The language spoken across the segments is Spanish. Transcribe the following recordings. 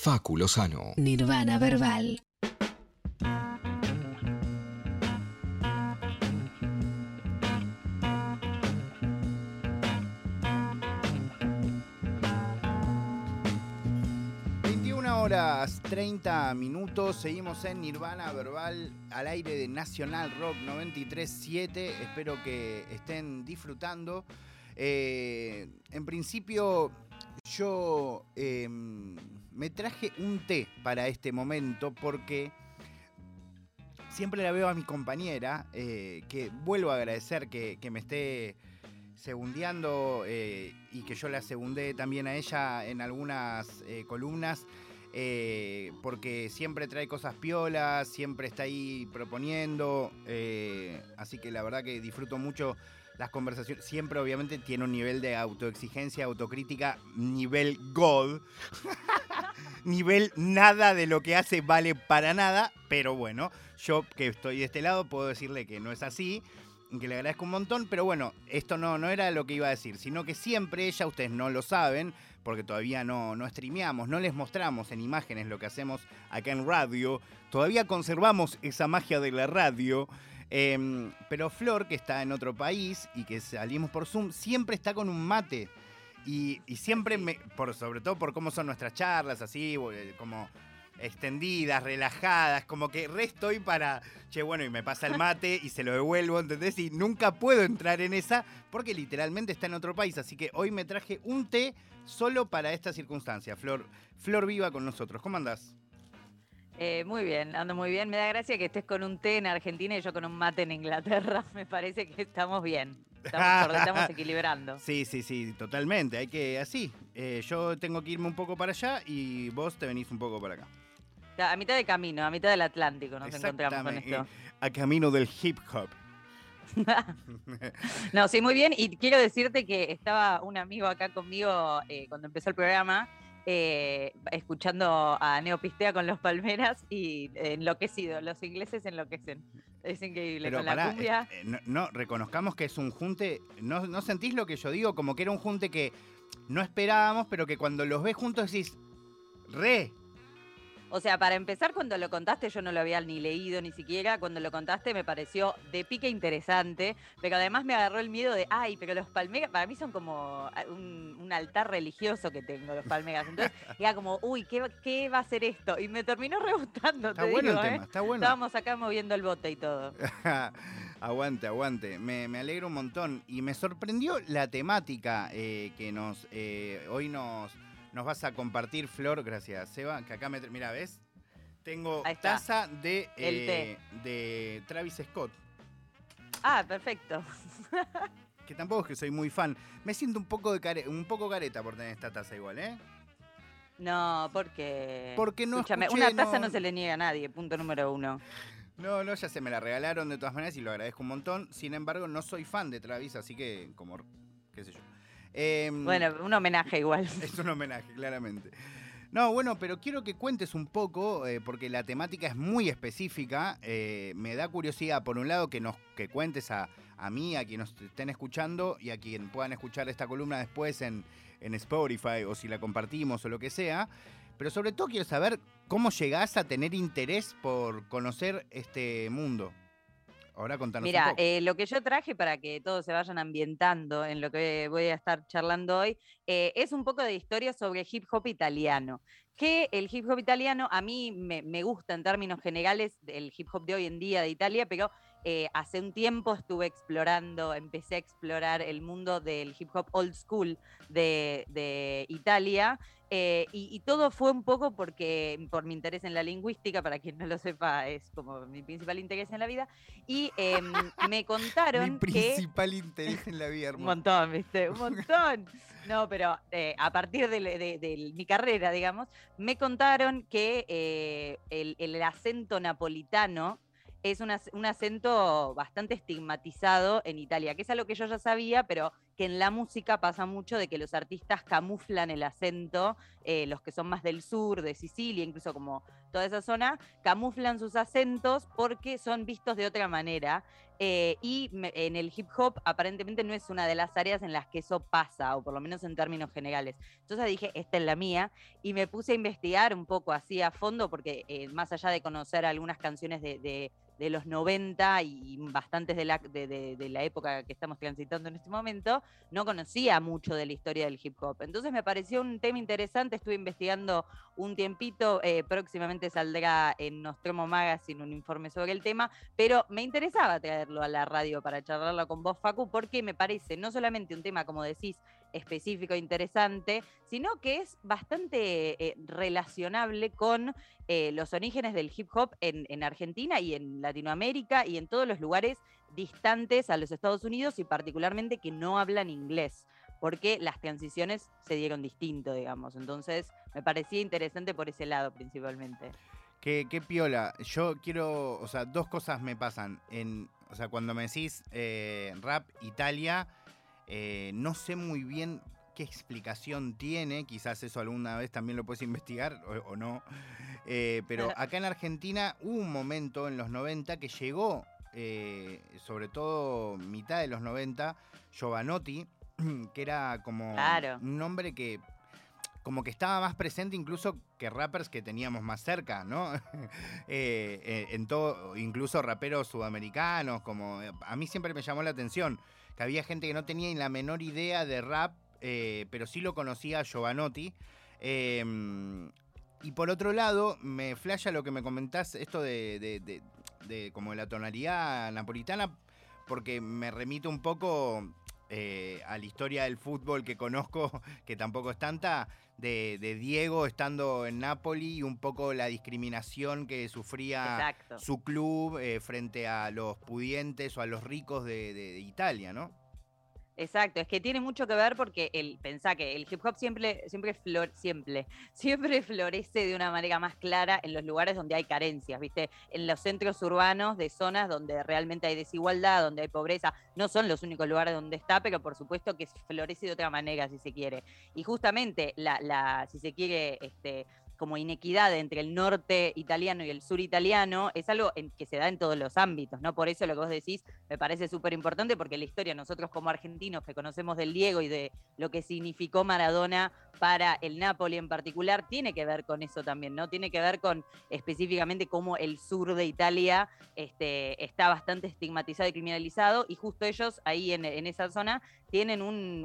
Facu Lozano. Nirvana Verbal. Horas 30 minutos, seguimos en Nirvana Verbal al aire de Nacional Rock 93.7, espero que estén disfrutando. En principio yo me traje un té para este momento porque siempre la veo a mi compañera, que vuelvo a agradecer que me esté segundeando y que yo la segundé también a ella en algunas columnas. Porque siempre trae cosas piolas, siempre está ahí proponiendo, así que la verdad que disfruto mucho las conversaciones. Siempre obviamente tiene un nivel de autoexigencia, autocrítica, nivel God, nivel nada de lo que hace vale para nada, pero bueno, yo que estoy de este lado puedo decirle que no es así, que le agradezco un montón, pero bueno, esto no era lo que iba a decir, sino que siempre ella, ustedes no lo saben, porque todavía no streameamos, no les mostramos en imágenes lo que hacemos acá en radio, todavía conservamos esa magia de la radio, pero Flor, que está en otro país y que salimos por Zoom, siempre está con un mate, y siempre, sobre todo por cómo son nuestras charlas, así, como extendidas, relajadas, como que estoy para, y me pasa el mate y se lo devuelvo, ¿entendés? Y nunca puedo entrar en esa porque literalmente está en otro país, así que hoy me traje un té solo para esta circunstancia. Flor Viva con nosotros, ¿cómo andás? Muy bien, ando muy bien. Me da gracia que estés con un té en Argentina y yo con un mate en Inglaterra. Me parece que estamos bien. Estamos equilibrando. Sí, totalmente. Hay que, así. Yo tengo que irme un poco para allá y vos te venís un poco para acá. A mitad de camino, a mitad del Atlántico nos encontramos con esto. A camino del hip hop. No, sí, muy bien. Y quiero decirte que estaba un amigo acá conmigo cuando empezó el programa, escuchando a Neopistea con los Palmeras y enloquecido. Los ingleses enloquecen. Es increíble. Pero con la cumbia. No, reconozcamos que es un junte. ¿No sentís lo que yo digo? Como que era un junte que no esperábamos, pero que cuando los ves juntos decís, re. O sea, para empezar, cuando lo contaste, yo no lo había ni leído ni siquiera. Cuando lo contaste me pareció de pique interesante, pero además me agarró el miedo de, pero los Palmeras, para mí son como un altar religioso que tengo, los Palmeras. Entonces, era como, ¿qué va a ser esto? Y me terminó rebotando, está bueno el tema, está bueno. Estábamos acá moviendo el bote y todo. Aguante. Me alegro un montón. Y me sorprendió la temática que hoy nos vas a compartir, Flor. Gracias, Seba. Que acá mira, ¿ves? Tengo taza de Travis Scott. Ah, perfecto. Que tampoco es que soy muy fan. Me siento un poco careta por tener esta taza igual, ¿eh? No, porque no escúchame, escuché, una taza no se le niega a nadie, punto número 1. No, ya se me la regalaron de todas maneras y lo agradezco un montón. Sin embargo, no soy fan de Travis, así que como, qué sé yo. Bueno, un homenaje igual. Es un homenaje, claramente. No, bueno, pero quiero que cuentes un poco, porque la temática es muy específica. Me da curiosidad, por un lado, que cuentes a mí, a quienes nos estén escuchando y a quien puedan escuchar esta columna después en Spotify o si la compartimos o lo que sea. Pero sobre todo quiero saber cómo llegás a tener interés por conocer este mundo. Ahora contanos un poco. Lo que yo traje para que todos se vayan ambientando en lo que voy a estar charlando hoy, es un poco de historia sobre el hip hop italiano. Que el hip hop italiano a mí me gusta en términos generales el hip hop de hoy en día de Italia, pero hace un tiempo empecé a explorar el mundo del hip hop old school de Italia. Y todo fue un poco por mi interés en la lingüística, para quien no lo sepa, es como mi principal interés en la vida. Y me contaron mi principal interés en la vida, hermoso. Un montón, ¿viste? Un montón. No, pero a partir de mi carrera, digamos, me contaron que el acento napolitano es un acento bastante estigmatizado en Italia, que es algo que yo ya sabía, pero que en la música pasa mucho de que los artistas camuflan el acento, los que son más del sur, de Sicilia, incluso como toda esa zona, camuflan sus acentos porque son vistos de otra manera. En el hip hop aparentemente no es una de las áreas en las que eso pasa, o por lo menos en términos generales. Entonces dije, esta es la mía, y me puse a investigar un poco así a fondo, porque más allá de conocer algunas canciones de los 90 y bastantes de la época que estamos transitando en este momento, no conocía mucho de la historia del hip hop. Entonces me pareció un tema interesante, estuve investigando un tiempito, próximamente saldrá en Nostromo Magazine un informe sobre el tema, pero me interesaba traerlo a la radio para charlarlo con vos, Facu, porque me parece no solamente un tema, como decís, específico e interesante, sino que es bastante relacionable con los orígenes del hip hop en Argentina y en Latinoamérica y en todos los lugares distantes a los Estados Unidos, y particularmente que no hablan inglés, porque las transiciones se dieron distinto, digamos. Entonces me parecía interesante por ese lado principalmente. Qué piola. Yo quiero, o sea, dos cosas me pasan. O sea, cuando me decís rap Italia, no sé muy bien qué explicación tiene. Quizás eso alguna vez también lo puedes investigar o no. Pero acá en Argentina hubo un momento en los 90 que llegó, sobre todo mitad de los 90, Jovanotti, que era como Claro. un nombre que como que estaba más presente incluso que rappers que teníamos más cerca, ¿no? En todo, incluso raperos sudamericanos, como a mí siempre me llamó la atención que había gente que no tenía ni la menor idea de rap, pero sí lo conocía a Jovanotti. Y por otro lado, me flasha lo que me comentás, esto de como la tonalidad napolitana, porque me remite un poco a la historia del fútbol que conozco, que tampoco es tanta, de Diego estando en Napoli y un poco la discriminación que sufría Exacto. su club frente a los pudientes o a los ricos de Italia, ¿no? Exacto, es que tiene mucho que ver porque pensá que el hip hop siempre florece de una manera más clara en los lugares donde hay carencias, ¿viste? En los centros urbanos de zonas donde realmente hay desigualdad, donde hay pobreza, no son los únicos lugares donde está, pero por supuesto que florece de otra manera, si se quiere. Y justamente si se quiere, como inequidad entre el norte italiano y el sur italiano, es algo que se da en todos los ámbitos, ¿no? Por eso lo que vos decís me parece súper importante, porque la historia, nosotros como argentinos que conocemos del Diego y de lo que significó Maradona para el Napoli en particular, tiene que ver con eso también, ¿no? Tiene que ver con específicamente cómo el sur de Italia está bastante estigmatizado y criminalizado, y justo ellos ahí en esa zona tienen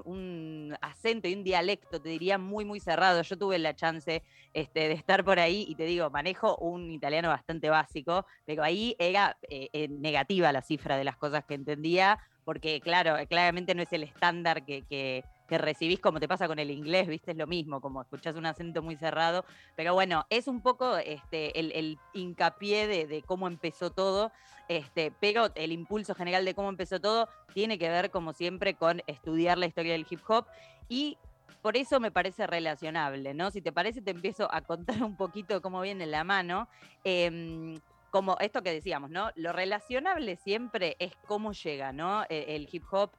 un acento y un dialecto, te diría, muy, muy cerrado. Yo tuve la chance de estar por ahí y te digo, manejo un italiano bastante básico, pero ahí era negativa la cifra de las cosas que entendía, porque claro, claramente no es el estándar que recibís, como te pasa con el inglés, ¿viste? Es lo mismo, como escuchás un acento muy cerrado, pero bueno, es un poco el hincapié de cómo empezó todo, pero el impulso general de cómo empezó todo tiene que ver, como siempre, con estudiar la historia del hip hop, y por eso me parece relacionable, ¿no? Si te parece, te empiezo a contar un poquito cómo viene la mano. Como esto que decíamos, ¿no? Lo relacionable siempre es cómo llega, ¿no? El hip hop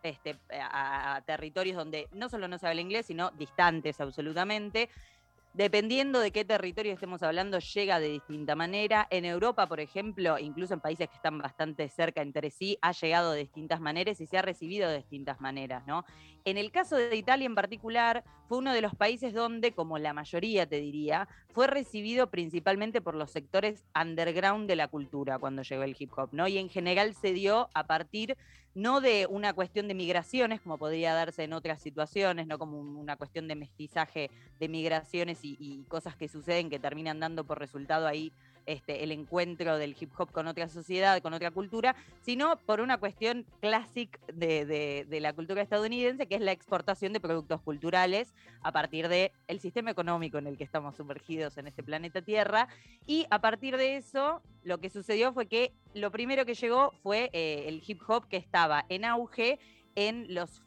a territorios donde no solo no se habla inglés, sino distantes absolutamente. Dependiendo de qué territorio estemos hablando, llega de distinta manera. En Europa, por ejemplo, incluso en países que están bastante cerca entre sí, ha llegado de distintas maneras y se ha recibido de distintas maneras, ¿no? En el caso de Italia en particular, fue uno de los países donde, como la mayoría te diría, fue recibido principalmente por los sectores underground de la cultura cuando llegó el hip hop, ¿no? Y en general se dio a partir no de una cuestión de migraciones, como podría darse en otras situaciones, no como una cuestión de mestizaje de migraciones y cosas que suceden que terminan dando por resultado ahí el encuentro del hip hop con otra sociedad, con otra cultura, sino por una cuestión clásica de la cultura estadounidense, que es la exportación de productos culturales a partir del sistema económico en el que estamos sumergidos en este planeta Tierra. Y a partir de eso, lo que sucedió fue que lo primero que llegó fue el hip hop, que estaba en auge en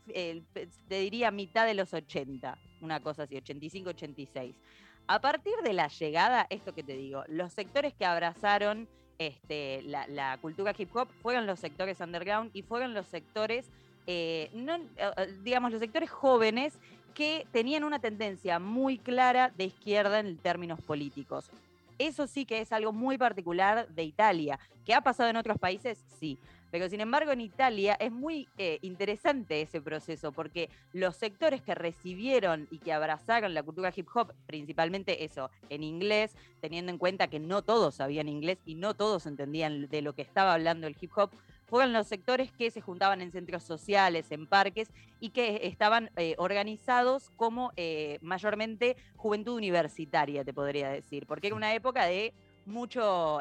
te diría, mitad de los 80, una cosa así, 85, 86. A partir de la llegada, esto que te digo, los sectores que abrazaron la cultura hip hop fueron los sectores underground y fueron los sectores digamos, los sectores jóvenes que tenían una tendencia muy clara de izquierda en términos políticos. Eso sí que es algo muy particular de Italia. ¿Que ha pasado en otros países? Sí. Pero sin embargo en Italia es muy interesante ese proceso, porque los sectores que recibieron y que abrazaron la cultura hip hop, principalmente eso, en inglés, teniendo en cuenta que no todos sabían inglés y no todos entendían de lo que estaba hablando el hip hop, fueron los sectores que se juntaban en centros sociales, en parques, y que estaban organizados como mayormente juventud universitaria, te podría decir, porque era una época de mucho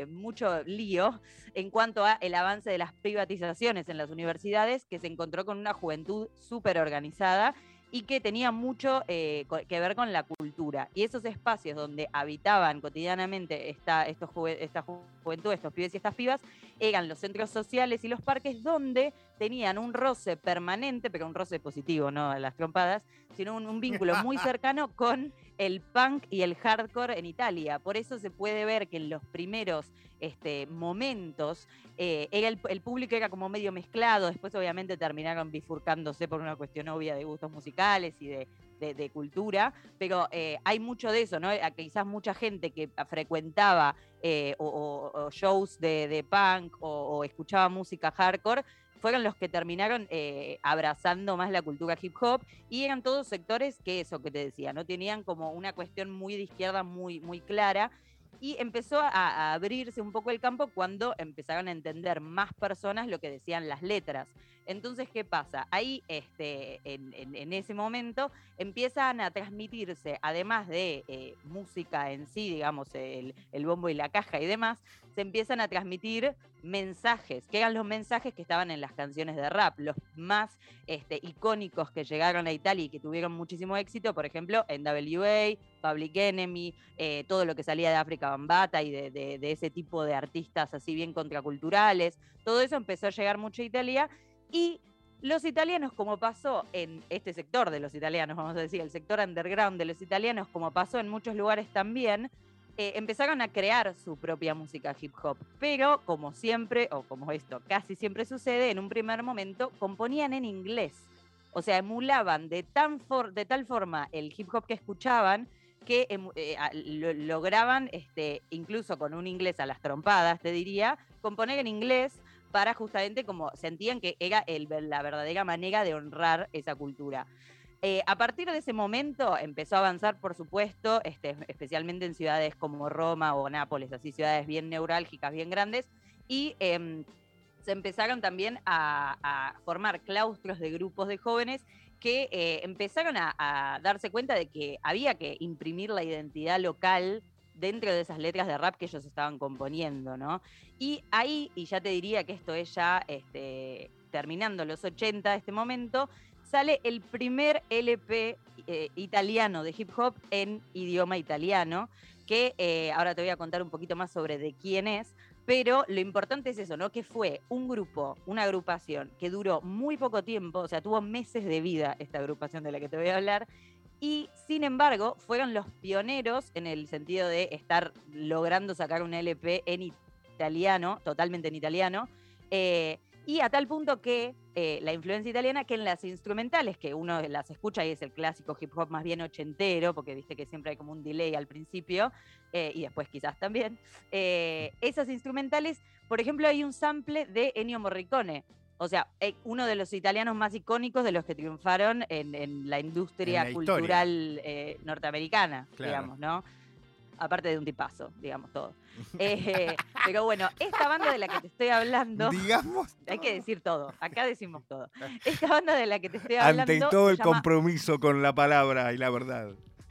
lío en cuanto a el avance de las privatizaciones en las universidades, que se encontró con una juventud súper organizada y que tenía mucho que ver con la cultura. Y esos espacios donde habitaban cotidianamente esta juventud, estos pibes y estas pibas, eran los centros sociales y los parques, donde tenían un roce permanente, pero un roce positivo, no las trompadas, sino un vínculo muy cercano con el punk y el hardcore en Italia. Por eso se puede ver que en los primeros momentos era el público era como medio mezclado, después obviamente terminaron bifurcándose por una cuestión obvia de gustos musicales y de cultura, pero hay mucho de eso, ¿no? Quizás mucha gente que frecuentaba o shows de punk o escuchaba música hardcore fueron los que terminaron abrazando más la cultura hip hop, y eran todos sectores que eso que te decía, ¿no? Tenían como una cuestión muy de izquierda muy, muy clara, y empezó a abrirse un poco el campo cuando empezaron a entender más personas lo que decían las letras. Entonces, ¿qué pasa? Ahí, en ese momento, empiezan a transmitirse, además de música en sí, digamos, el bombo y la caja y demás, se empiezan a transmitir mensajes, que eran los mensajes que estaban en las canciones de rap, los más icónicos que llegaron a Italia y que tuvieron muchísimo éxito, por ejemplo, NWA, Public Enemy, todo lo que salía de África Bambata y de ese tipo de artistas así bien contraculturales, todo eso empezó a llegar mucho a Italia, y los italianos, como pasó en este sector de los italianos, vamos a decir, el sector underground de los italianos, como pasó en muchos lugares también, empezaron a crear su propia música hip hop, pero como siempre, o como esto casi siempre sucede, en un primer momento componían en inglés, o sea, emulaban de tal forma el hip hop que escuchaban, que lograban, incluso con un inglés a las trompadas, te diría, componer en inglés para justamente como sentían que era la verdadera manera de honrar esa cultura. A partir de ese momento empezó a avanzar, por supuesto, especialmente en ciudades como Roma o Nápoles, así ciudades bien neurálgicas, bien grandes, y se empezaron también a formar claustros de grupos de jóvenes que empezaron a darse cuenta de que había que imprimir la identidad local dentro de esas letras de rap que ellos estaban componiendo, ¿no? Y ahí, y ya te diría que esto es ya terminando los 80, este momento, sale el primer LP italiano de hip hop en idioma italiano, que ahora te voy a contar un poquito más sobre de quién es, pero lo importante es eso, ¿no? Que fue un grupo, una agrupación que duró muy poco tiempo, o sea, tuvo meses de vida esta agrupación de la que te voy a hablar, y sin embargo fueron los pioneros en el sentido de estar logrando sacar un LP en italiano, totalmente en italiano, y a tal punto que la influencia italiana, que en las instrumentales, que uno las escucha y es el clásico hip hop más bien ochentero, porque viste que siempre hay como un delay al principio, y después quizás también, esas instrumentales, por ejemplo, hay un sample de Ennio Morricone, o sea, uno de los italianos más icónicos de los que triunfaron en la industria cultural norteamericana, claro, digamos, ¿no? Aparte de un tipazo, digamos todo. Pero bueno, esta banda de la que te estoy hablando... Digamos hay que decir todo, acá decimos todo. Esta banda de la que te estoy hablando... Ante todo el compromiso con la palabra y la verdad.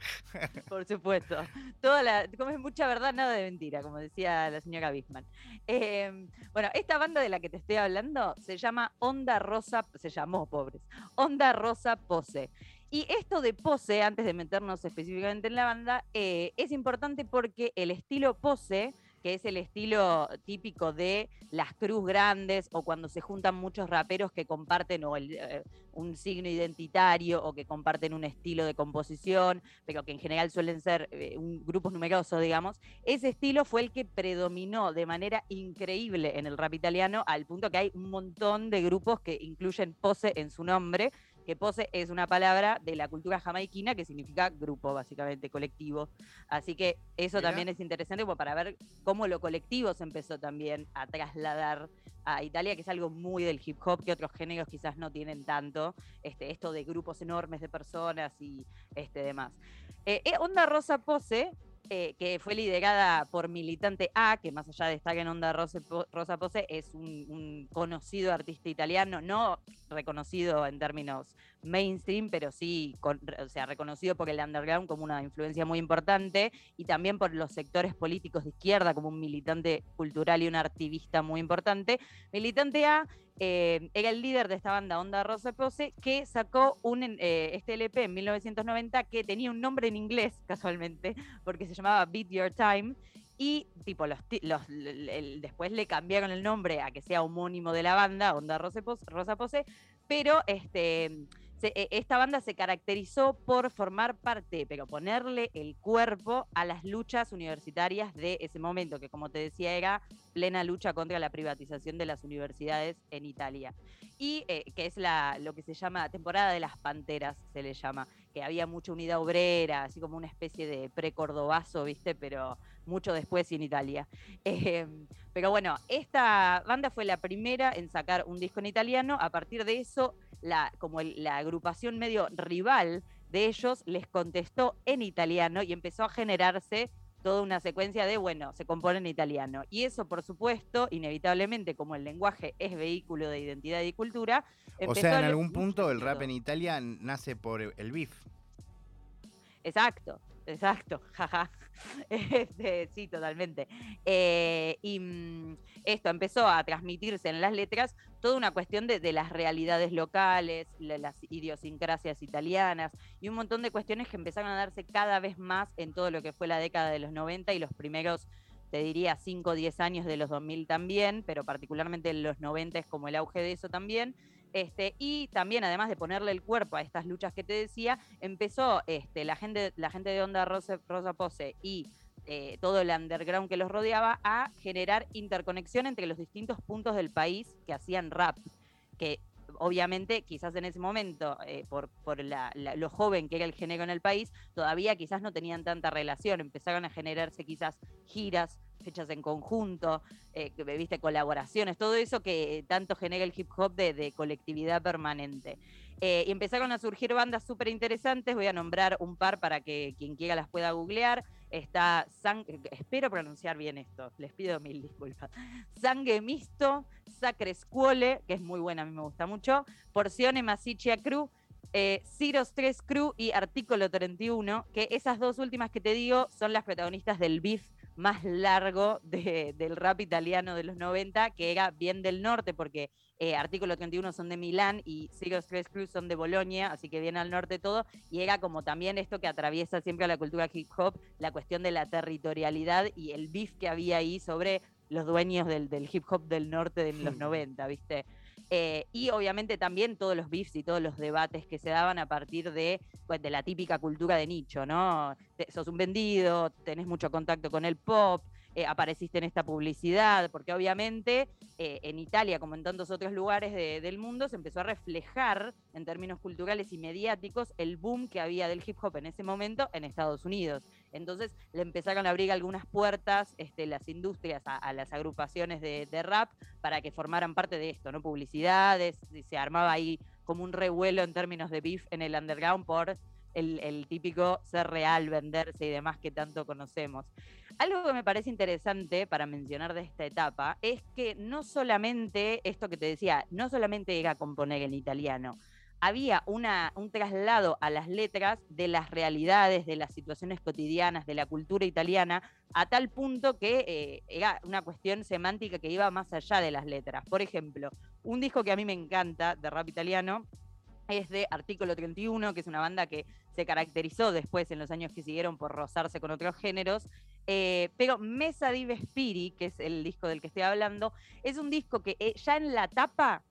Por supuesto. Como es mucha verdad, nada de mentira, como decía la señora Bisman. Bueno, esta banda de la que te estoy hablando se llama Onda Rosa, se llamó, pobres, Onda Rosa Pose. Y esto de pose, antes de meternos específicamente en la banda, es importante porque el estilo pose que es el estilo típico de las cruz grandes o cuando se juntan muchos raperos que comparten un signo identitario o que comparten un estilo de composición, pero que en general suelen ser grupos numerosos, digamos. Ese estilo fue el que predominó de manera increíble en el rap italiano, al punto que hay un montón de grupos que incluyen pose en su nombre, que pose es una palabra de la cultura jamaiquina que significa grupo, básicamente, colectivo. Así que eso Mirá. también es interesante para ver cómo lo colectivo se empezó también a trasladar a Italia, que es algo muy del hip hop, que otros géneros quizás no tienen tanto, esto de grupos enormes de personas y demás. Onda Rosa Pose, que fue liderada por Militante A, que más allá de estar en Onda Rosa Pose, es un conocido artista italiano, no reconocido en términos mainstream, pero sí reconocido por el underground como una influencia muy importante y también por los sectores políticos de izquierda como un militante cultural y un activista muy importante. Militante A era el líder de esta banda Onda Rosa Pose, que sacó este LP en 1990 que tenía un nombre en inglés, casualmente, porque se llamaba Beat Your Time, y tipo después le cambiaron el nombre a que sea homónimo de la banda, Onda Rosa Pose, pero esta banda se caracterizó por formar parte, pero ponerle el cuerpo a las luchas universitarias de ese momento, que como te decía era plena lucha contra la privatización de las universidades en Italia. Y que es lo que se llama temporada de las panteras, se le llama, que había mucha unidad obrera, así como una especie de precordobazo, ¿viste? Pero mucho después en Italia. Pero bueno, esta banda fue la primera en sacar un disco en italiano. A partir de eso, la agrupación medio rival de ellos les contestó en italiano y empezó a generarse toda una secuencia de, se compone en italiano. Y eso, por supuesto, inevitablemente, como el lenguaje es vehículo de identidad y cultura, o sea, en algún punto el rap en Italia nace por el beef. Exacto, jaja. Sí, totalmente. Esto empezó a transmitirse en las letras toda una cuestión de las realidades locales, las idiosincrasias italianas y un montón de cuestiones que empezaron a darse cada vez más en todo lo que fue la década de los 90 y los primeros, te diría, 5 o 10 años de los 2000 también, pero particularmente en los 90 es como el auge de eso también. Y también, además de ponerle el cuerpo a estas luchas que te decía, empezó la gente de Onda Rosa Pose y todo el underground que los rodeaba a generar interconexión entre los distintos puntos del país que hacían rap, que obviamente quizás en ese momento, por lo joven que era el género en el país, todavía quizás no tenían tanta relación, empezaron a generarse quizás giras, fechas en conjunto, viste, colaboraciones, todo eso que tanto genera el hip hop de colectividad permanente. Y empezaron a surgir bandas súper interesantes, voy a nombrar un par para que quien quiera las pueda googlear. Está, espero pronunciar bien esto, les pido mil disculpas. Sangue Misto, Sacre Scuole, que es muy buena, a mí me gusta mucho, Porzione Massiccia Crew, Ciros 3 Crew y Artículo 31, que esas dos últimas que te digo son las protagonistas del beef más largo del rap italiano de los 90, que era bien del norte, porque Artículo 31 son de Milán y Ciros 3 Crew son de Bolonia, así que bien al norte todo, y era como también esto que atraviesa siempre a la cultura hip hop, la cuestión de la territorialidad y el beef que había ahí sobre los dueños del hip hop del norte de los 90, ¿viste? Y obviamente también todos los beefs y todos los debates que se daban a partir de la típica cultura de nicho, ¿no? Sos un vendido, tenés mucho contacto con el pop, apareciste en esta publicidad, porque obviamente en Italia, como en tantos otros lugares del mundo, se empezó a reflejar en términos culturales y mediáticos el boom que había del hip hop en ese momento en Estados Unidos. Entonces le empezaron a abrir algunas puertas las industrias a las agrupaciones de rap para que formaran parte de esto, ¿no? Publicidades, se armaba ahí como un revuelo en términos de beef en el underground por el típico ser real, venderse y demás que tanto conocemos. Algo que me parece interesante para mencionar de esta etapa es que no solamente, esto que te decía, no solamente era componer en italiano, había un traslado a las letras de las realidades, de las situaciones cotidianas, de la cultura italiana, a tal punto que era una cuestión semántica que iba más allá de las letras. Por ejemplo, un disco que a mí me encanta de rap italiano es de Artículo 31, que es una banda que se caracterizó después en los años que siguieron por rozarse con otros géneros, Pero Mesa Dive Spiri, que es el disco del que estoy hablando, es un disco que ya en la tapa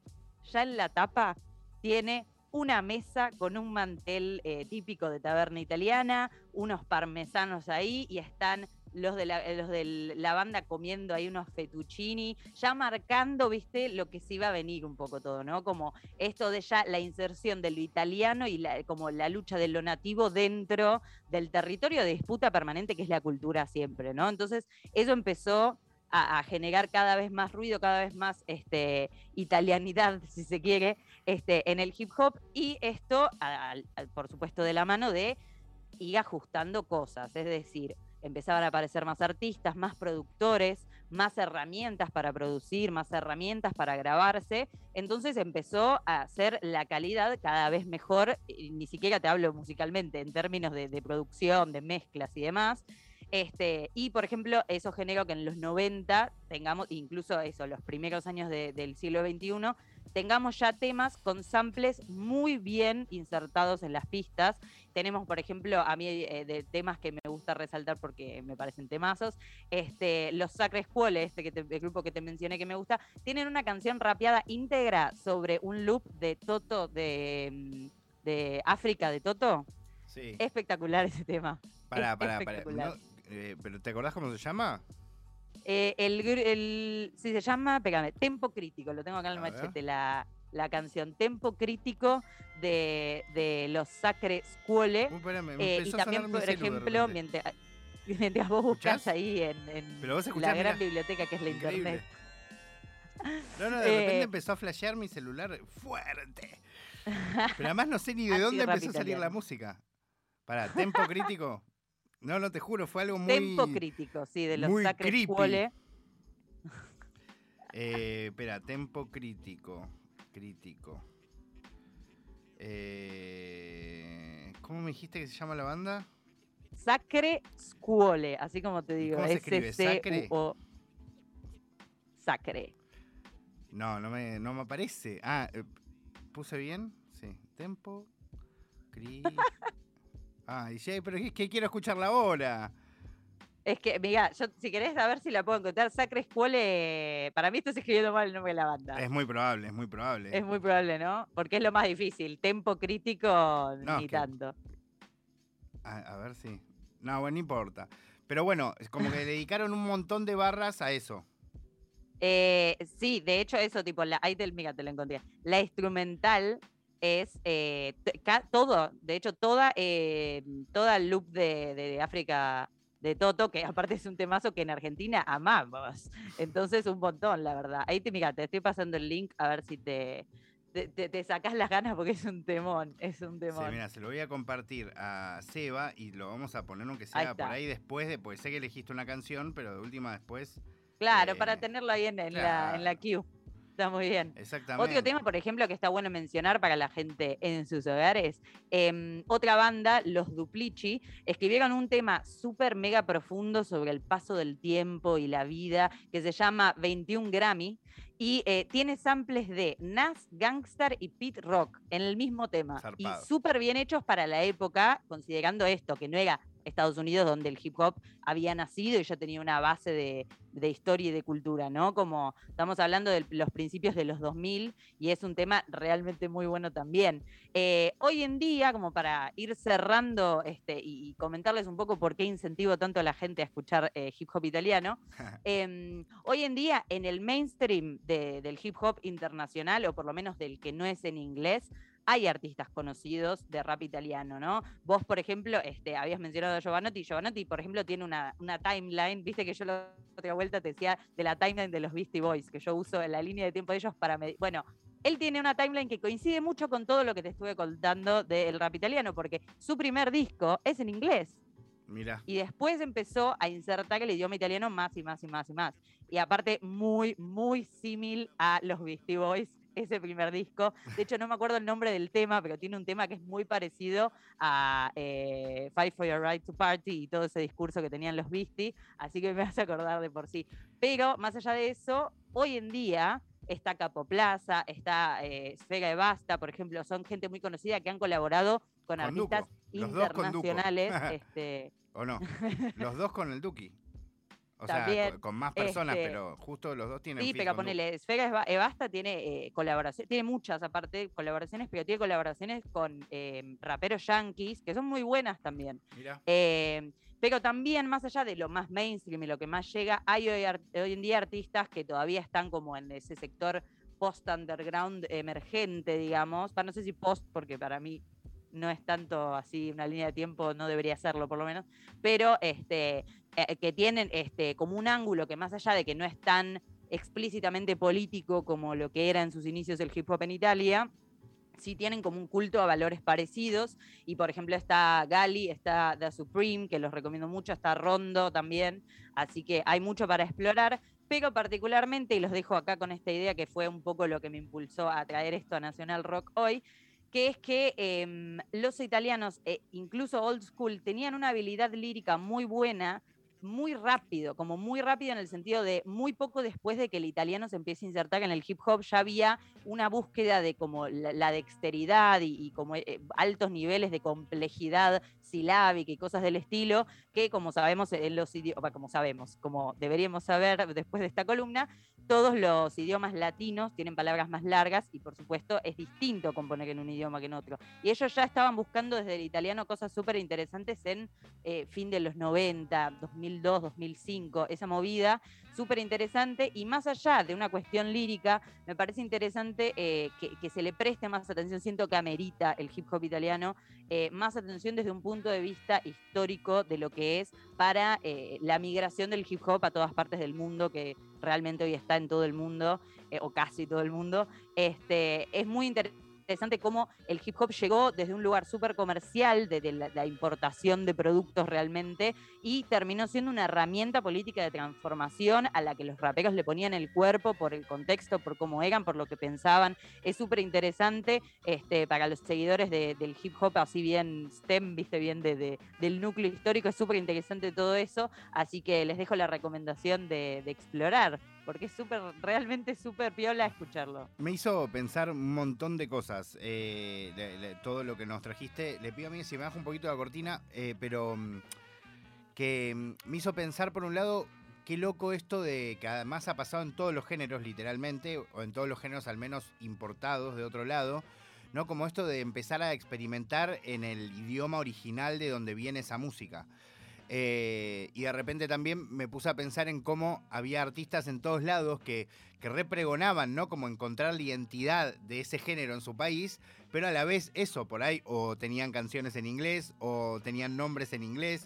tiene una mesa con un mantel típico de taberna italiana, unos parmesanos ahí y están los de la banda comiendo ahí unos fettuccini, ya marcando, viste, lo que se iba a venir un poco todo, ¿no? Como esto de ya la inserción de lo italiano y como la lucha de lo nativo dentro del territorio de disputa permanente que es la cultura siempre, ¿no? Entonces eso empezó a generar cada vez más ruido, cada vez más italianidad, si se quiere, en el hip hop, y esto, por supuesto, de la mano de ir ajustando cosas, es decir, empezaban a aparecer más artistas, más productores, más herramientas para producir, más herramientas para grabarse, entonces empezó a hacer la calidad cada vez mejor, ni siquiera te hablo musicalmente, en términos de producción, de mezclas y demás. Y por ejemplo, eso generó que en los 90 tengamos, incluso eso, los primeros años del siglo XXI, tengamos ya temas con samples muy bien insertados en las pistas. Tenemos, por ejemplo, a mí de temas que me gusta resaltar porque me parecen temazos, los Sacre Scuole, el grupo que te mencioné que me gusta, tienen una canción rapeada íntegra sobre un loop de Toto, de África, de Toto. Sí. Espectacular ese tema. Pará. No, ¿pero te acordás cómo se llama? Sí, se llama, pégame, Tempo Crítico, lo tengo acá en el machete, la canción Tempo Crítico de los Sacre Scuole. Y también, por ejemplo, mientras vos buscas ahí en la gran biblioteca que es la internet. No, de repente empezó a flashear mi celular fuerte. Pero además no sé ni de dónde empezó a salir la música. Pará, Tempo Crítico. No, te juro, fue algo muy... Tempo Crítico, sí, de los Sacre Scuole. Espera, Tempo Crítico. ¿Cómo me dijiste que se llama la banda? Sacre Scuole, así como te digo. ¿Cómo se escribe? ¿Sacre? Sacre. No me aparece. ¿Puse bien? Sí. Tempo pero es que quiero escucharla ahora. Es que, mira, yo si querés a ver si la puedo encontrar, Sacre Scuole, para mí estás escribiendo mal el nombre de la banda. Es muy probable. Es muy probable, ¿no? Porque es lo más difícil. Tempo Crítico, no, ni tanto. A ver si... No, bueno, no importa. Pero bueno, es como que le dedicaron un montón de barras a eso. Sí, de hecho eso, tipo, mira, te la encontré. La instrumental es todo, de hecho, toda el loop de África de Toto, que aparte es un temazo que en Argentina amamos. Entonces, un montón, la verdad. Ahí mira, te estoy pasando el link a ver si te sacás las ganas porque es un temón. Sí, mira, se lo voy a compartir a Seba y lo vamos a poner aunque sea por ahí después, porque sé que elegiste una canción, pero de última después... Claro, para tenerlo ahí en la queue. Está muy bien. Exactamente. Otro tema, por ejemplo, que está bueno mencionar para la gente en sus hogares, otra banda, los Duplici, escribieron un tema súper mega profundo sobre el paso del tiempo y la vida, que se llama 21 Grammy, y tiene samples de Nas, Gangstar y Pete Rock en el mismo tema. Zarpado. Y súper bien hechos para la época, considerando esto, que no era Estados Unidos, donde el hip hop había nacido y ya tenía una base de historia y de cultura, ¿no? Como estamos hablando de los principios de los 2000 y es un tema realmente muy bueno también. Hoy en día, como para ir cerrando y comentarles un poco por qué incentivo tanto a la gente a escuchar hip hop italiano, hoy en día en el mainstream del hip hop internacional, o por lo menos del que no es en inglés, hay artistas conocidos de rap italiano, ¿no? Vos, por ejemplo, habías mencionado a Giovanotti. Giovanotti, por ejemplo, tiene una timeline, viste que yo la otra vuelta te decía de la timeline de los Beastie Boys, que yo uso en la línea de tiempo de ellos para... Bueno, él tiene una timeline que coincide mucho con todo lo que te estuve contando del rap italiano, porque su primer disco es en inglés. Mira. Y después empezó a insertar el idioma italiano más y más y más y más. Y aparte, muy, muy símil a los Beastie Boys, ese primer disco. De hecho, no me acuerdo el nombre del tema, pero tiene un tema que es muy parecido a Fight for Your Right to Party y todo ese discurso que tenían los Beastie, así que me vas a acordar de por sí. Pero, más allá de eso, hoy en día está Capo Plaza, está Sfera e Basta, por ejemplo, son gente muy conocida que han colaborado con artistas internacionales. ¿o no? Los dos con el Duki. O También, sea, con más personas, pero justo los dos tienen sí, feat pero con Duki. ponele, Esfera Ebasta tiene colaboraciones, tiene muchas aparte colaboraciones, pero tiene colaboraciones con raperos yankees, que son muy buenas también. Mirá. Pero también, más allá de lo más mainstream y lo que más llega, hay hoy en día artistas que todavía están como en ese sector post-underground emergente, digamos. No sé si post, porque para mí no es tanto así una línea de tiempo, no debería serlo por lo menos, pero que tienen como un ángulo que más allá de que no es tan explícitamente político como lo que era en sus inicios el hip hop en Italia, sí tienen como un culto a valores parecidos. Y por ejemplo está Gali, está The Supreme, que los recomiendo mucho, está Rondo también, así que hay mucho para explorar. Pero particularmente, y los dejo acá con esta idea que fue un poco lo que me impulsó a traer esto a Nacional Rock hoy, que es que los italianos, incluso old school, tenían una habilidad lírica muy buena, muy rápido en el sentido de muy poco después de que el italiano se empiece a insertar en el hip hop, ya había una búsqueda de como la dexteridad y como altos niveles de complejidad silábica y cosas del estilo, que como sabemos en los idiomas, como deberíamos saber después de esta columna, todos los idiomas latinos tienen palabras más largas y por supuesto es distinto componer en un idioma que en otro. Y ellos ya estaban buscando desde el italiano cosas súper interesantes en fin de los 90, 2002, 2005, esa movida súper interesante. Y más allá de una cuestión lírica, me parece interesante que se le preste más atención, siento que amerita el hip hop italiano, más atención desde un punto de vista histórico de lo que es para la migración del hip hop a todas partes del mundo, que realmente hoy está en todo el mundo, o casi todo el mundo. Es muy interesante cómo el hip hop llegó desde un lugar súper comercial, de la importación de productos realmente, y terminó siendo una herramienta política de transformación a la que los raperos le ponían el cuerpo por el contexto, por cómo eran, por lo que pensaban. Es súper interesante para los seguidores del hip hop, así bien STEM, viste bien del núcleo histórico, es súper interesante todo eso, así que les dejo la recomendación de explorar, porque es realmente súper piola escucharlo. Me hizo pensar un montón de cosas, todo lo que nos trajiste. Le pido a mí si me baja un poquito la cortina, pero que me hizo pensar por un lado, qué loco esto de que además ha pasado en todos los géneros literalmente, o en todos los géneros al menos importados de otro lado, ¿no? Como esto de empezar a experimentar en el idioma original de donde viene esa música. Y de repente también me puse a pensar en cómo había artistas en todos lados que repregonaban, ¿no? Como encontrar la identidad de ese género en su país, pero a la vez eso, por ahí, o tenían canciones en inglés, o tenían nombres en inglés.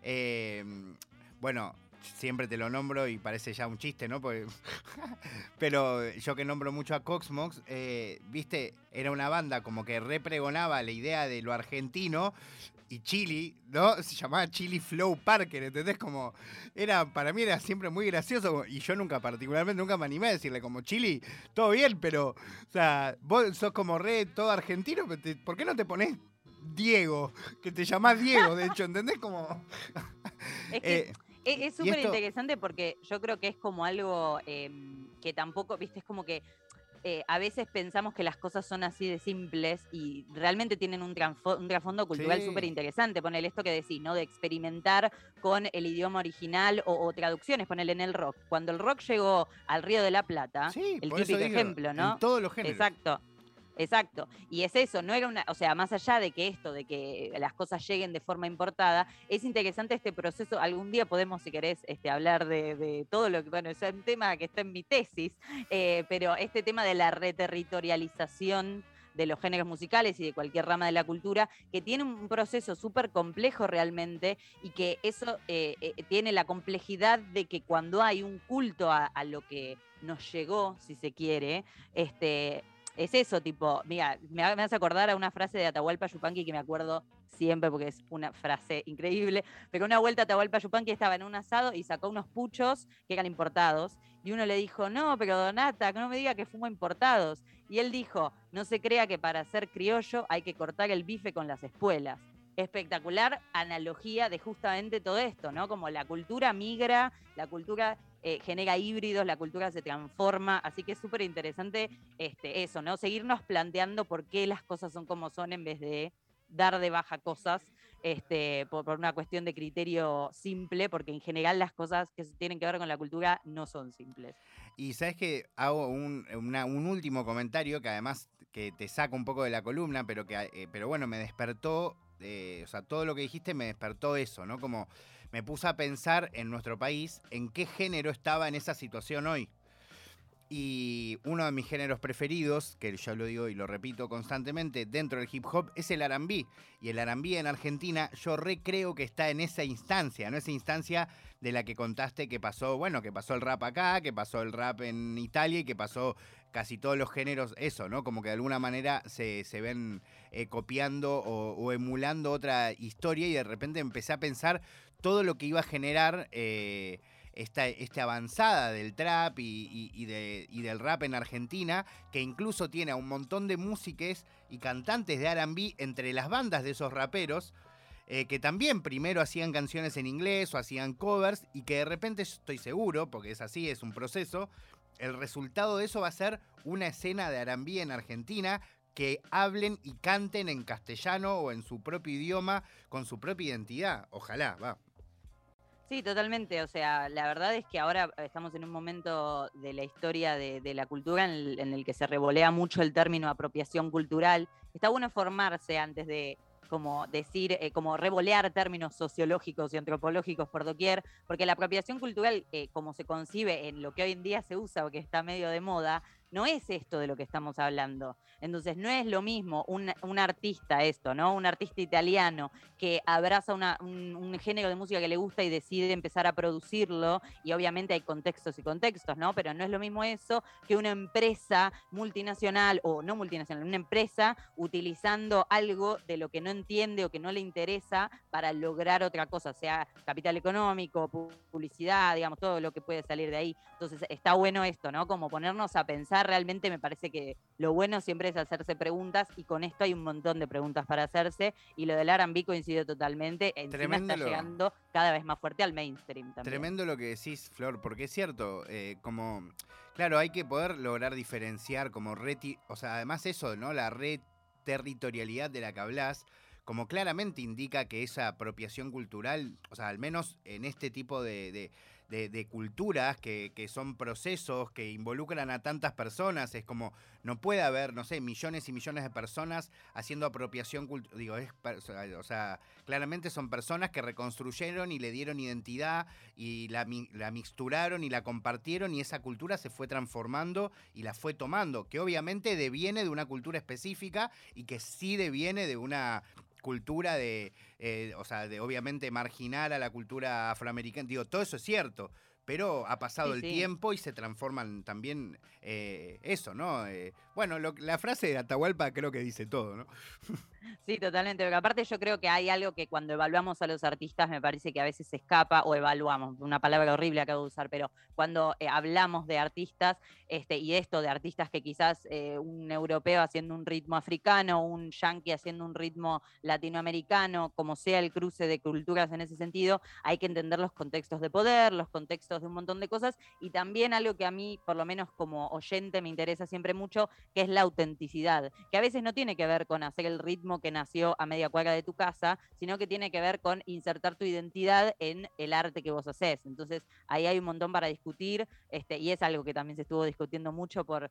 Bueno, siempre te lo nombro y parece ya un chiste, ¿no? Porque pero yo que nombro mucho a Coxmox, viste, era una banda como que repregonaba la idea de lo argentino. Y Chili, ¿no? Se llamaba Chili Flow Parker, ¿entendés? Como, para mí era siempre muy gracioso, y yo particularmente nunca me animé a decirle como, Chili, todo bien, pero, o sea, vos sos como todo argentino, ¿por qué no te ponés Diego? Que te llamás Diego, de hecho, ¿entendés? Como... Es que es súper interesante porque yo creo que es como algo que tampoco, viste, es como que a veces pensamos que las cosas son así de simples y realmente tienen un trasfondo cultural súper interesante. Ponele esto que decís, ¿no? De experimentar con el idioma original o traducciones, ponele en el rock. Cuando el rock llegó al Río de la Plata, el típico ejemplo, ¿no? En todos los géneros. Exacto. Y es eso, no era o sea, más allá de que esto, de que las cosas lleguen de forma importada, es interesante este proceso. Algún día podemos, si querés, hablar de todo lo que, bueno, es un tema que está en mi tesis, pero este tema de la reterritorialización de los géneros musicales y de cualquier rama de la cultura, que tiene un proceso súper complejo realmente, y que eso tiene la complejidad de que cuando hay un culto a lo que nos llegó, si se quiere, es eso, tipo, mira, me hace acordar a una frase de Atahualpa Yupanqui que me acuerdo siempre porque es una frase increíble, pero una vuelta Atahualpa Yupanqui estaba en un asado y sacó unos puchos que eran importados, y uno le dijo, no, pero Donata, que no me diga que fumo importados. Y él dijo, no se crea que para ser criollo hay que cortar el bife con las espuelas. Espectacular analogía de justamente todo esto, ¿no? Como la cultura migra, la cultura genera híbridos, la cultura se transforma, así que es súper interesante eso, ¿no? Seguirnos planteando por qué las cosas son como son en vez de dar de baja cosas. por una cuestión de criterio simple, porque en general las cosas que tienen que ver con la cultura no son simples. Y sabes que hago un último comentario que además que te saca un poco de la columna, pero bueno, me despertó, o sea, todo lo que dijiste me despertó eso, ¿no? Como me puse a pensar en nuestro país, en qué género estaba en esa situación hoy. Y uno de mis géneros preferidos, que yo lo digo y lo repito constantemente, dentro del hip hop, es el R&B. Y el R&B en Argentina, yo creo que está en esa instancia, ¿no? Esa instancia de la que contaste que pasó, bueno, que pasó el rap acá, que pasó el rap en Italia y que pasó casi todos los géneros, eso, ¿no? Como que de alguna manera se ven copiando o emulando otra historia y de repente empecé a pensar todo lo que iba a generar... esta avanzada del trap y del rap en Argentina, que incluso tiene a un montón de músiques y cantantes de R&B entre las bandas de esos raperos, que también primero hacían canciones en inglés o hacían covers y que de repente, estoy seguro, porque es así, es un proceso, el resultado de eso va a ser una escena de R&B en Argentina que hablen y canten en castellano o en su propio idioma, con su propia identidad. Ojalá, va. Sí, totalmente. O sea, la verdad es que ahora estamos en un momento de la historia de la cultura en el que se revolea mucho el término apropiación cultural. Está bueno formarse antes de como decir, como revolear términos sociológicos y antropológicos por doquier, porque la apropiación cultural, como se concibe en lo que hoy en día se usa o que está medio de moda, no es esto de lo que estamos hablando. Entonces, no es lo mismo un artista esto, ¿no? Un artista italiano que abraza un género de música que le gusta y decide empezar a producirlo, y obviamente hay contextos y contextos, ¿no? Pero no es lo mismo eso que una empresa multinacional, o no multinacional, una empresa utilizando algo de lo que no entiende o que no le interesa para lograr otra cosa, sea capital económico, publicidad, digamos, todo lo que puede salir de ahí. Entonces está bueno esto, ¿no? Como ponernos a pensar, realmente me parece que lo bueno siempre es hacerse preguntas, y con esto hay un montón de preguntas para hacerse, y lo del R&B coincide totalmente, encima Tremendo está llegando cada vez más fuerte al mainstream también. Tremendo lo que decís, Flor, porque es cierto, como, claro, hay que poder lograr diferenciar como o sea, además eso, ¿no? La reterritorialidad de la que hablás, como claramente indica que esa apropiación cultural, o sea, al menos en este tipo de culturas que son procesos que involucran a tantas personas, es como, no puede haber, no sé, millones y millones de personas haciendo apropiación cultural, digo, o sea, claramente son personas que reconstruyeron y le dieron identidad y la mixturaron y la compartieron y esa cultura se fue transformando y la fue tomando, que obviamente deviene de una cultura específica y que sí deviene de una cultura o sea, de obviamente marginar a la cultura afroamericana. Digo, todo eso es cierto, pero ha pasado el tiempo y se transforman también eso, ¿no? Bueno, la frase de Atahualpa creo que dice todo, ¿no? Sí, totalmente, porque aparte yo creo que hay algo que cuando evaluamos a los artistas me parece que a veces se escapa, o evaluamos, una palabra horrible acabo de usar, pero cuando hablamos de artistas, y esto de artistas que quizás un europeo haciendo un ritmo africano, un yanqui haciendo un ritmo latinoamericano, como sea el cruce de culturas en ese sentido, hay que entender los contextos de poder, los contextos de un montón de cosas, y también algo que a mí, por lo menos como oyente, me interesa siempre mucho, que es la autenticidad, que a veces no tiene que ver con hacer el ritmo que nació a media cuadra de tu casa, sino que tiene que ver con insertar tu identidad en el arte que vos hacés. Entonces, ahí hay un montón para discutir, y es algo que también se estuvo discutiendo mucho por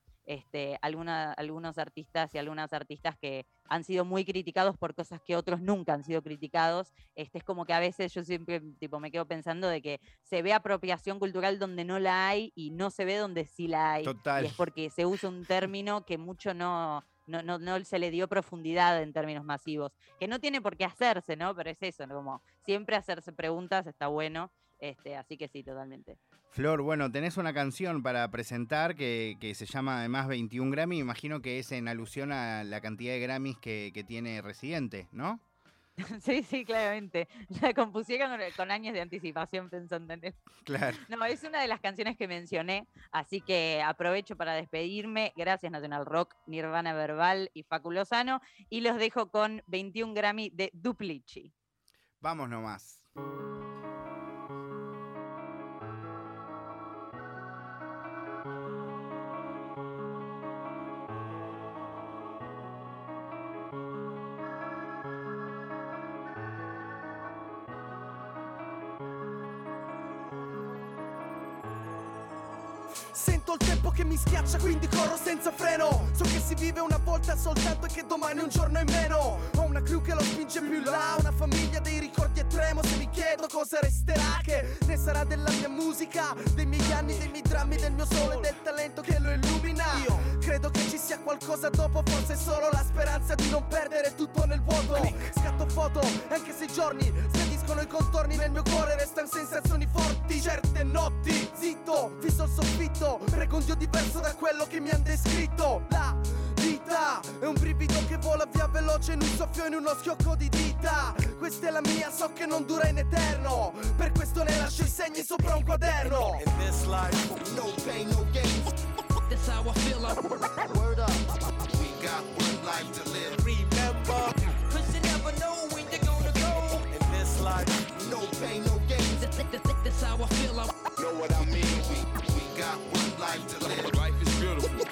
algunos artistas y algunas artistas que han sido muy criticados por cosas que otros nunca han sido criticados. Es como que a veces yo siempre me quedo pensando de que se ve apropiación cultural donde no la hay y no se ve donde sí la hay. Total. Y es porque se usa un término que mucho no se le dio profundidad en términos masivos, que no tiene por qué hacerse, ¿no? Pero es eso, ¿no? Como siempre hacerse preguntas está bueno, así que sí, totalmente. Flor, bueno, tenés una canción para presentar que se llama además 21 Grammy, imagino que es en alusión a la cantidad de Grammys que tiene Residente, ¿no? Sí, sí, claramente. La compusieron con años de anticipación pensando en eso. Claro. No, es una de las canciones que mencioné, así que aprovecho para despedirme. Gracias Nacional Rock, Nirvana Verbal y Facu Lozano, y los dejo con 21 Grammy de Duplici. Vamos nomás. Sento il tempo che mi schiaccia, quindi corro senza freno. So che si vive una volta soltanto e che domani è un giorno in meno. Ho una crew che lo spinge più in là, una famiglia dei ricordi e tremo. Se mi chiedo cosa resterà, che ne sarà della mia musica, dei miei anni, dei miei drammi, del mio sole, del talento che lo illumina. Io credo che ci sia qualcosa dopo, forse solo la speranza di non perdere tutto nel vuoto. Scatto foto, anche se i giorni schiariscono i contorni, nel mio cuore restano sensazioni forti. Certe notti, zitto, fisso il soffitto, prego un Dio diverso da quello che mi han descritto. La vita è un brivido che vola via veloce in un soffio, in uno schiocco di dita. Questa è la mia, so che non dura in eterno, per questo ne lascio i segni sopra un quaderno. In this life, no pain, no gains. That's how I feel. Word up. We got one life to live. Remember, 'Cause you never know when you're gonna go. in this life, no pain, no gains. That's how I feel. Know what I mean? We got one life to live. Life is beautiful.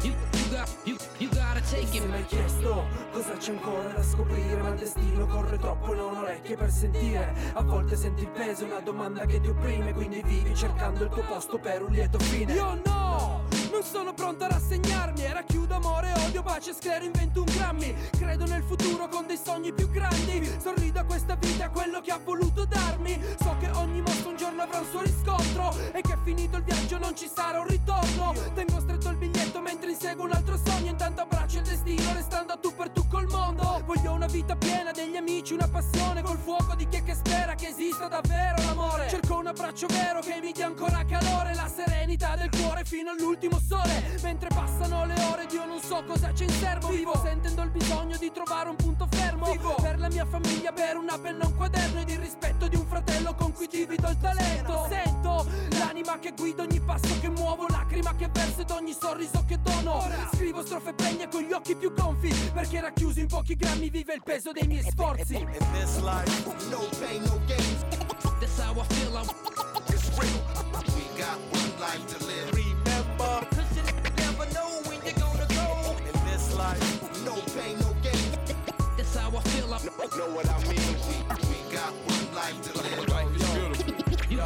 You gotta take Se it. mi hai chiesto cosa c'è ancora da scoprire, ma il destino corre troppo e non ho orecchie per sentire. A volte senti il peso, una domanda che ti opprime, quindi vivi cercando il tuo posto per un lieto fine. Io no, non sono pronto a rassegnarmi. Era chiudo amore, odio, pace, sclero in 21 grammi. Credo nel futuro con dei sogni più grandi. Sorrido a questa vita, a quello che ha voluto darmi. So che ogni mostro un giorno avrà un suo riscontro e che finito il viaggio non ci sarà un ritorno. Tengo stretto il biglietto mentre inseguo un altro sogno. Intanto abbraccio il destino restando a tu per tu col mondo. Voglio una vita piena degli amici, una passione col fuoco di chi è che spera che esista davvero l'amore. Cerco un abbraccio vero che mi dia ancora calore, la serenità del cuore fino all'ultimo sole. Mentre passano le ore ed io non so cosa c'è in serbo. Vivo sentendo il bisogno di trovare un punto fermo. Vivo per la mia famiglia, per una penna, un quaderno ed il rispetto di un fratello con cui divido il talento. Sento l'anima che guida ogni passo che muovo, lacrima che verso ed ogni sorriso che dono. Scrivo strofe pregne con gli occhi più gonfi, perché racchiuso in pochi grammi vive il peso dei miei sforzi. In this life, no pain, no gains. That's how I feel. It's real. We got one life to live. Remember, 'Cause you never know when you're gonna go. in this life, no pain, no gains. That's how I feel. Know what I mean? We got one life to live. Life is beautiful. You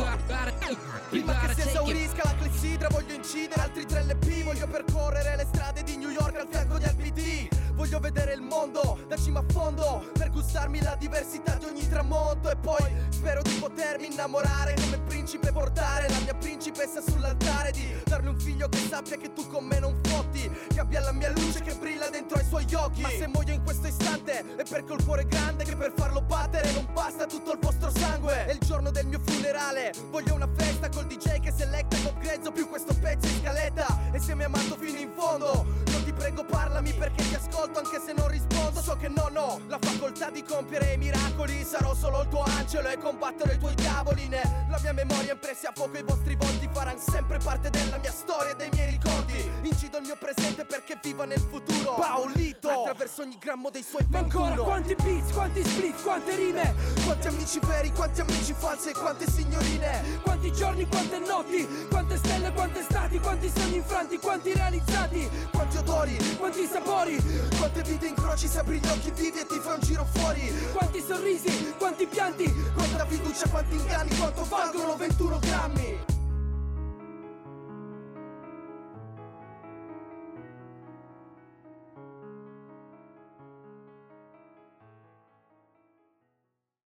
Prima che gotta si take it. esaurisca la clessidra voglio incidere altri 3 LP. Voglio percorrere le strade di New York al fianco di LPD. Voglio vedere il mondo da cima a fondo, per gustarmi la diversità di ogni tramonto. E poi spero di potermi innamorare come principe, portare la mia principessa sull'altare, di darle un figlio che sappia che tu con me non fotti, che abbia la mia luce che brilla dentro ai suoi occhi. Ma se muoio in questo istante è perché ho il cuore grande, che per farlo battere non basta tutto il vostro sangue. È il giorno del mio funerale, voglio una festa col DJ che selecta con grezzo più questo pezzo in scaletta. E se mi hai amato fino in fondo, non ti prego parlami perché ti ascolto anche se non rispondo. So che non ho la facoltà di compiere i miracoli, sarò solo il tuo angelo e combatterò i tuoi diavoli. La mia memoria impressi a fuoco, i vostri volti faranno sempre parte della mia storia e dei miei ricordi. Incido il mio presente perché viva nel futuro, Paolito, attraverso ogni grammo dei suoi 21. Ma ancora quanti beats, quanti split, quante rime, quanti amici veri, quanti amici falsi e quante signorine. Quanti giorni, quante notti, quante stelle, quante stati, quanti sogni infranti, quanti realizzati, quanti odori, quanti sapori, quante vite incroci se apri gli occhi vivi e ti fai un giro fuori. Quanti sorrisi, quanti pianti, quanta fiducia, quanti inganni, quanto valgono 21 grammi.